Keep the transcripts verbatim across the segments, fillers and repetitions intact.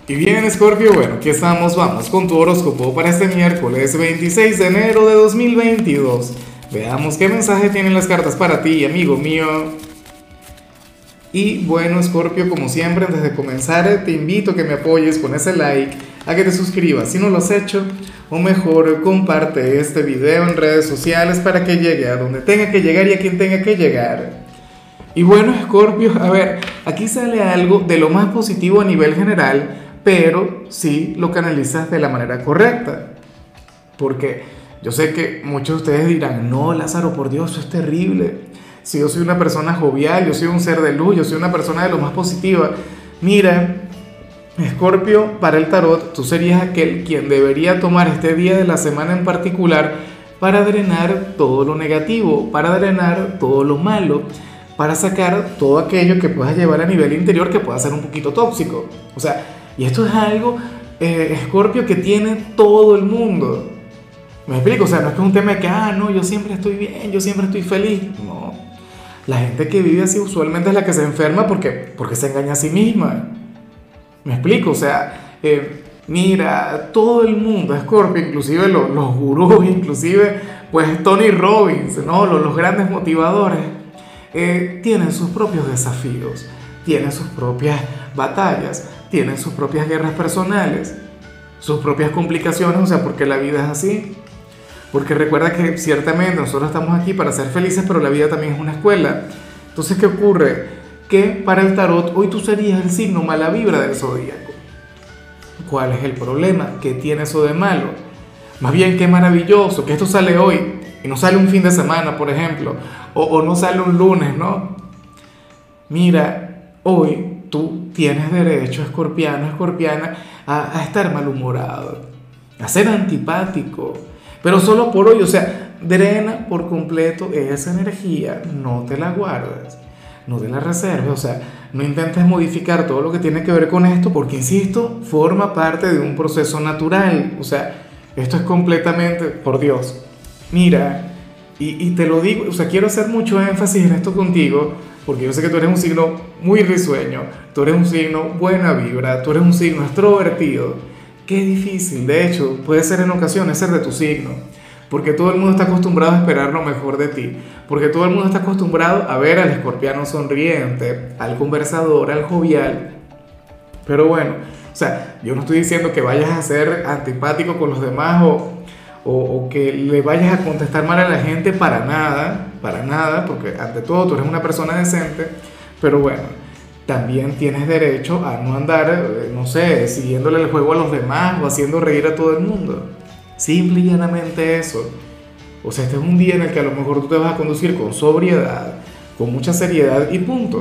Y bien, Scorpio, bueno, aquí estamos, vamos con tu horóscopo para este miércoles veintiséis de enero de dos mil veintidós. Veamos qué mensaje tienen las cartas para ti, amigo mío. Y bueno, Scorpio, como siempre, antes de comenzar, te invito a que me apoyes con ese like, a que te suscribas si no lo has hecho, o mejor, comparte este video en redes sociales para que llegue a donde tenga que llegar y a quien tenga que llegar. Y bueno, Scorpio, a ver, aquí sale algo de lo más positivo a nivel general, pero si lo canalizas de la manera correcta. Porque yo sé que muchos de ustedes dirán, no, Lázaro, por Dios, eso es terrible. Si yo soy una persona jovial, yo soy un ser de luz, yo soy una persona de lo más positiva. Mira, Escorpio, para el tarot, tú serías aquel quien debería tomar este día de la semana en particular para drenar todo lo negativo, para drenar todo lo malo, para sacar todo aquello que puedas llevar a nivel interior que pueda ser un poquito tóxico. O sea, y esto es algo, eh, Escorpio, que tiene todo el mundo. ¿Me explico? O sea, no es que es un tema de que, ah, no, yo siempre estoy bien, yo siempre estoy feliz. No. La gente que vive así usualmente es la que se enferma porque, porque se engaña a sí misma. ¿Me explico? O sea, eh, mira, todo el mundo, Escorpio, inclusive los, los gurús, inclusive, pues Tony Robbins, ¿no? Los, los grandes motivadores, eh, tienen sus propios desafíos, tienen sus propias batallas, tienen sus propias guerras personales, sus propias complicaciones, o sea, porque la vida es así. Porque recuerda que ciertamente nosotros estamos aquí para ser felices, pero la vida también es una escuela. Entonces, ¿qué ocurre? Que para el tarot hoy tú serías el signo mala vibra del zodíaco. ¿Cuál es el problema? ¿Qué tiene eso de malo? Más bien, qué maravilloso que esto sale hoy y no sale un fin de semana, por ejemplo, o, o no sale un lunes, ¿no? Mira, hoy tú tienes derecho, escorpiano, escorpiana, a, a estar malhumorado, a ser antipático, pero solo por hoy. O sea, drena por completo esa energía, no te la guardes, no te la reserves, o sea, no intentes modificar todo lo que tiene que ver con esto, porque, insisto, forma parte de un proceso natural. O sea, esto es completamente, por Dios, mira, y, y te lo digo, o sea, quiero hacer mucho énfasis en esto contigo, porque yo sé que tú eres un signo muy risueño, tú eres un signo buena vibra, tú eres un signo extrovertido. Qué difícil, de hecho, puede ser en ocasiones ser de tu signo, porque todo el mundo está acostumbrado a esperar lo mejor de ti, porque todo el mundo está acostumbrado a ver al escorpiano sonriente, al conversador, al jovial. Pero bueno, o sea, yo no estoy diciendo que vayas a ser antipático con los demás o, o, o que le vayas a contestar mal a la gente, para nada, para nada, porque ante todo tú eres una persona decente, pero bueno, también tienes derecho a no andar, no sé, siguiéndole el juego a los demás o haciendo reír a todo el mundo. Simple y llanamente eso. O sea, este es un día en el que a lo mejor tú te vas a conducir con sobriedad, con mucha seriedad y punto.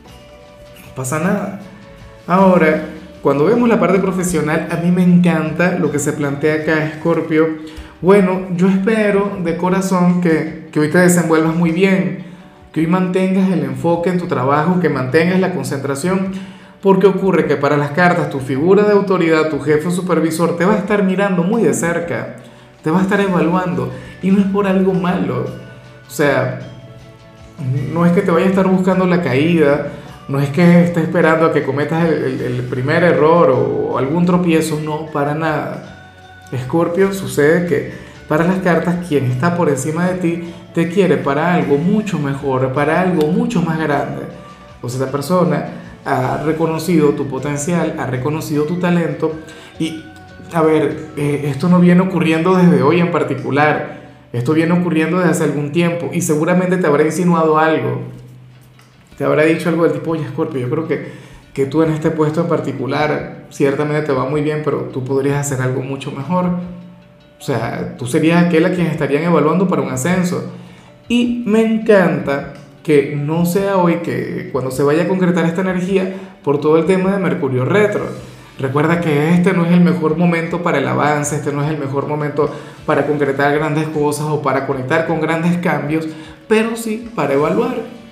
No pasa nada. Ahora, cuando vemos la parte profesional, a mí me encanta lo que se plantea acá, Scorpio. Bueno, yo espero de corazón que, que hoy te desenvuelvas muy bien, que hoy mantengas el enfoque en tu trabajo, que mantengas la concentración, porque ocurre que para las cartas tu figura de autoridad, tu jefe o supervisor, te va a estar mirando muy de cerca, te va a estar evaluando, y no es por algo malo. O sea, no es que te vaya a estar buscando la caída, no es que esté esperando a que cometas el, el, el primer error o, o algún tropiezo, no, para nada. Escorpio, sucede que para las cartas, quien está por encima de ti te quiere para algo mucho mejor, para algo mucho más grande. O sea, esta persona ha reconocido tu potencial, ha reconocido tu talento y, a ver, eh, esto no viene ocurriendo desde hoy en particular, esto viene ocurriendo desde hace algún tiempo y seguramente te habrá insinuado algo, te habrá dicho algo del tipo, oye, Scorpio, yo creo que, que tú en este puesto en particular ciertamente te va muy bien, pero tú podrías hacer algo mucho mejor. O sea, tú serías aquel a quien estarían evaluando para un ascenso. Y me encanta que no sea hoy, que cuando se vaya a concretar esta energía, por todo el tema de Mercurio retro. Recuerda que este no es el mejor momento para el avance, este no es el mejor momento para concretar grandes cosas o para conectar con grandes cambios, pero sí para evaluar.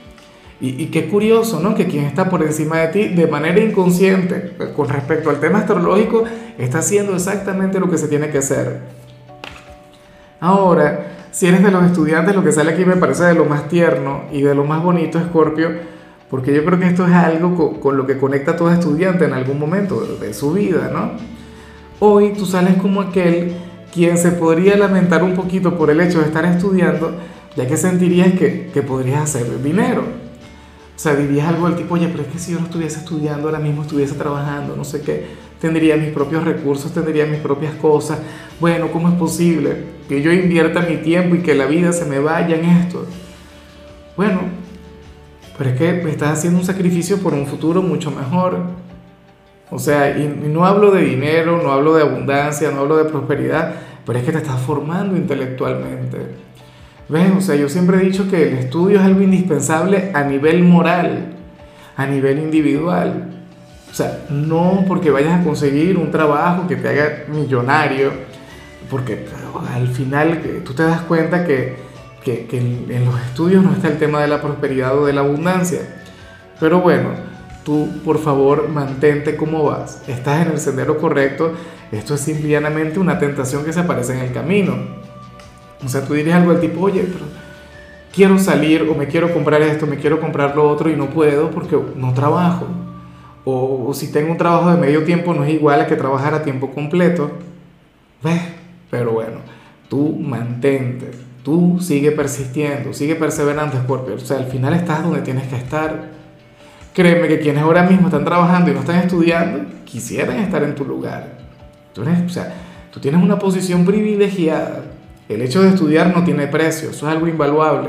Y, y qué curioso, ¿no? Que quien está por encima de ti de manera inconsciente, con respecto al tema astrológico, está haciendo exactamente lo que se tiene que hacer. Ahora, si eres de los estudiantes, lo que sale aquí me parece de lo más tierno y de lo más bonito, Escorpio, Porque yo creo que esto es algo con, con lo que conecta a todo estudiante en algún momento de, de su vida, ¿no? Hoy tú sales como aquel quien se podría lamentar un poquito por el hecho de estar estudiando, ya que sentirías que, que podrías hacer dinero. O sea, dirías algo del tipo, oye, pero es que si yo no estuviese estudiando, ahora mismo estuviese trabajando, no sé qué, tendría mis propios recursos, tendría mis propias cosas. Bueno, ¿cómo es posible que yo invierta mi tiempo y que la vida se me vaya en esto? Bueno, pero es que estás haciendo un sacrificio por un futuro mucho mejor. O sea, y, y no hablo de dinero, no hablo de abundancia, no hablo de prosperidad, pero es que te estás formando intelectualmente. ¿Ves? O sea, yo siempre he dicho que el estudio es algo indispensable a nivel moral, a nivel individual. O sea, no porque vayas a conseguir un trabajo que te haga millonario, porque al final tú te das cuenta que, que, que en, en los estudios no está el tema de la prosperidad o de la abundancia. Pero bueno, tú por favor mantente como vas, estás en el sendero correcto, esto es simplemente una tentación que se aparece en el camino. O sea, tú dirías algo del tipo, oye, pero quiero salir o me quiero comprar esto, me quiero comprar lo otro y no puedo porque no trabajo. O, o si tengo un trabajo de medio tiempo no es igual a que trabajar a tiempo completo. ¿Ves? Pero bueno, tú mantente, tú sigue persistiendo, sigue perseverando, Scorpio. O sea, al final estás donde tienes que estar. Créeme que quienes ahora mismo están trabajando y no están estudiando, quisieran estar en tu lugar. Tú eres, o sea, tú tienes una posición privilegiada. El hecho de estudiar no tiene precio, eso es algo invaluable.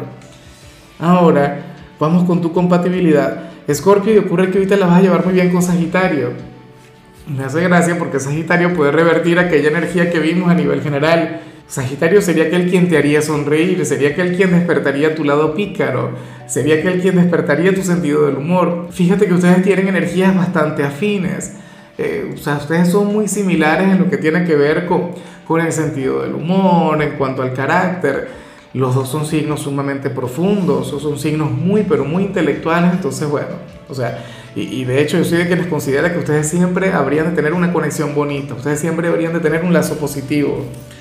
Ahora, vamos con tu compatibilidad. Escorpio, y ocurre que ahorita la vas a llevar muy bien con Sagitario. Me hace gracia porque Sagitario puede revertir aquella energía que vimos a nivel general. Sagitario sería aquel quien te haría sonreír, sería aquel quien despertaría tu lado pícaro, sería aquel quien despertaría tu sentido del humor. Fíjate que ustedes tienen energías bastante afines. Eh, o sea, ustedes son muy similares en lo que tiene que ver con, con el sentido del humor, en cuanto al carácter. Los dos son signos sumamente profundos, o son signos muy, pero muy intelectuales. Entonces, bueno, o sea, y, y de hecho yo soy de quienes considera que ustedes siempre habrían de tener una conexión bonita, ustedes siempre habrían de tener un lazo positivo.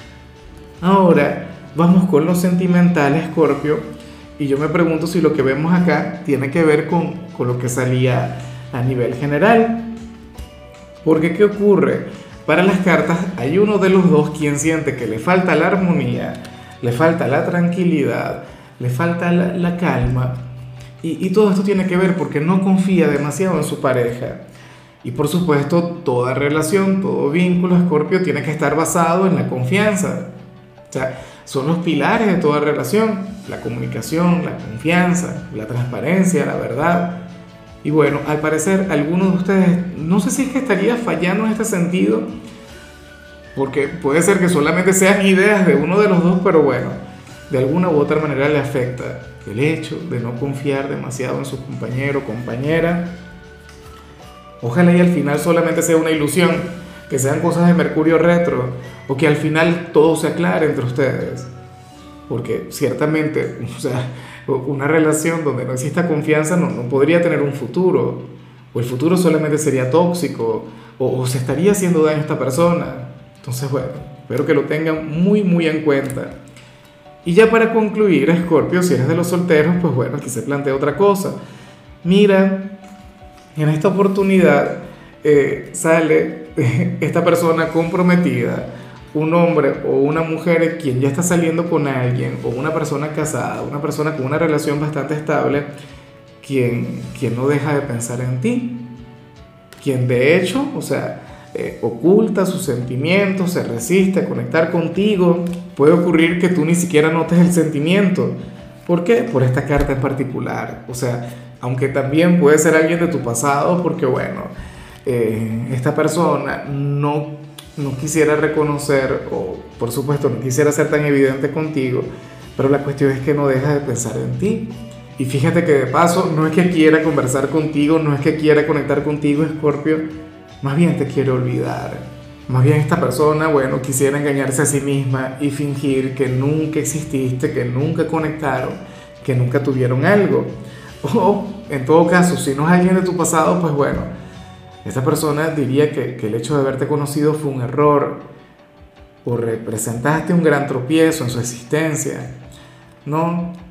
Ahora, vamos con lo sentimental, Escorpio, y yo me pregunto si lo que vemos acá tiene que ver con, con lo que salía a nivel general. Porque, ¿qué ocurre? Para las cartas hay uno de los dos quien siente que le falta la armonía, le falta la tranquilidad, le falta la, la calma, y, y todo esto tiene que ver porque no confía demasiado en su pareja. Y por supuesto, toda relación, todo vínculo, Escorpio, tiene que estar basado en la confianza. O sea, son los pilares de toda relación: la comunicación, la confianza, la transparencia, la verdad. Y bueno, al parecer algunos de ustedes, no sé si es que estaría fallando en este sentido, porque puede ser que solamente sean ideas de uno de los dos, pero bueno, de alguna u otra manera le afecta el hecho de no confiar demasiado en su compañero o compañera. Ojalá y al final solamente sea una ilusión, que sean cosas de Mercurio retro, o que al final todo se aclare entre ustedes. Porque ciertamente, o sea, una relación donde no exista confianza no, no podría tener un futuro, o el futuro solamente sería tóxico, o, o se estaría haciendo daño a esta persona. Entonces, bueno, espero que lo tengan muy, muy en cuenta. Y ya para concluir, Escorpio, si eres de los solteros, pues bueno, aquí se plantea otra cosa. Mira, en esta oportunidad eh, sale esta persona comprometida, un hombre o una mujer quien ya está saliendo con alguien, o una persona casada, una persona con una relación bastante estable, quien, quien no deja de pensar en ti, quien de hecho, o sea, eh, oculta sus sentimientos, se resiste a conectar contigo. Puede ocurrir que tú ni siquiera notes el sentimiento. ¿Por qué? Por esta carta en particular. O sea, aunque también puede ser alguien de tu pasado, porque bueno, eh, esta persona no no quisiera reconocer, o por supuesto no quisiera ser tan evidente contigo, pero la cuestión es que no deja de pensar en ti. Y fíjate que de paso no es que quiera conversar contigo, no es que quiera conectar contigo, Escorpio, más bien te quiere olvidar. Más bien esta persona, bueno, quisiera engañarse a sí misma y fingir que nunca exististe, que nunca conectaron, que nunca tuvieron algo. O en todo caso, si no es alguien de tu pasado, pues bueno, esta persona diría que, que el hecho de haberte conocido fue un error, o representaste un gran tropiezo en su existencia, ¿no?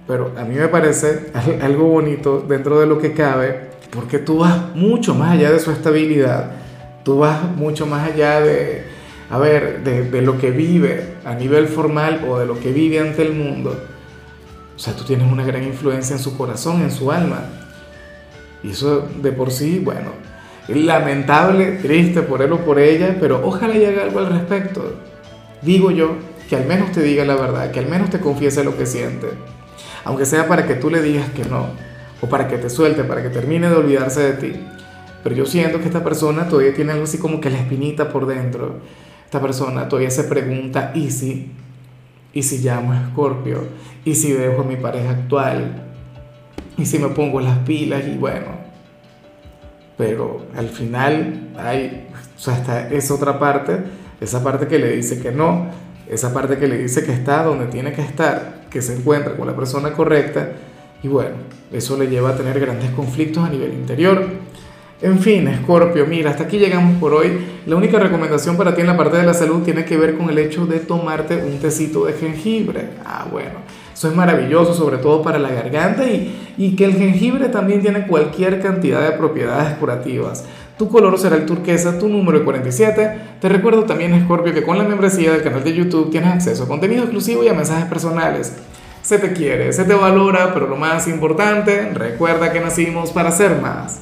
pero a mí me parece al- algo bonito dentro de lo que cabe, porque tú vas mucho más allá de su estabilidad, tú vas mucho más allá de, a ver, de, de lo que vive a nivel formal o de lo que vive ante el mundo. O sea, tú tienes una gran influencia en su corazón, en su alma. Y eso de por sí, bueno, es lamentable, triste por él o por ella, pero ojalá y haga algo al respecto. Digo yo, que al menos te diga la verdad, que al menos te confiese lo que siente. Aunque sea para que tú le digas que no, o para que te suelte, para que termine de olvidarse de ti. Pero yo siento que esta persona todavía tiene algo así como que la espinita por dentro. Esta persona todavía se pregunta, ¿y si? ¿Y si llamo a Escorpio? ¿Y si dejo a mi pareja actual? ¿Y si me pongo las pilas? Y bueno, pero al final hay, o sea, está esa otra parte, esa parte que le dice que no, esa parte que le dice que está donde tiene que estar, que se encuentra con la persona correcta, y bueno, eso le lleva a tener grandes conflictos a nivel interior. En fin, Escorpio, mira, hasta aquí llegamos por hoy. La única recomendación para ti en la parte de la salud tiene que ver con el hecho de tomarte un tecito de jengibre. Ah, bueno, eso es maravilloso, sobre todo para la garganta y, y que el jengibre también tiene cualquier cantidad de propiedades curativas. Tu color será el turquesa, tu número es cuarenta y siete. Te recuerdo también, Escorpio, que con la membresía del canal de YouTube tienes acceso a contenido exclusivo y a mensajes personales. Se te quiere, se te valora, pero lo más importante, recuerda que nacimos para ser más.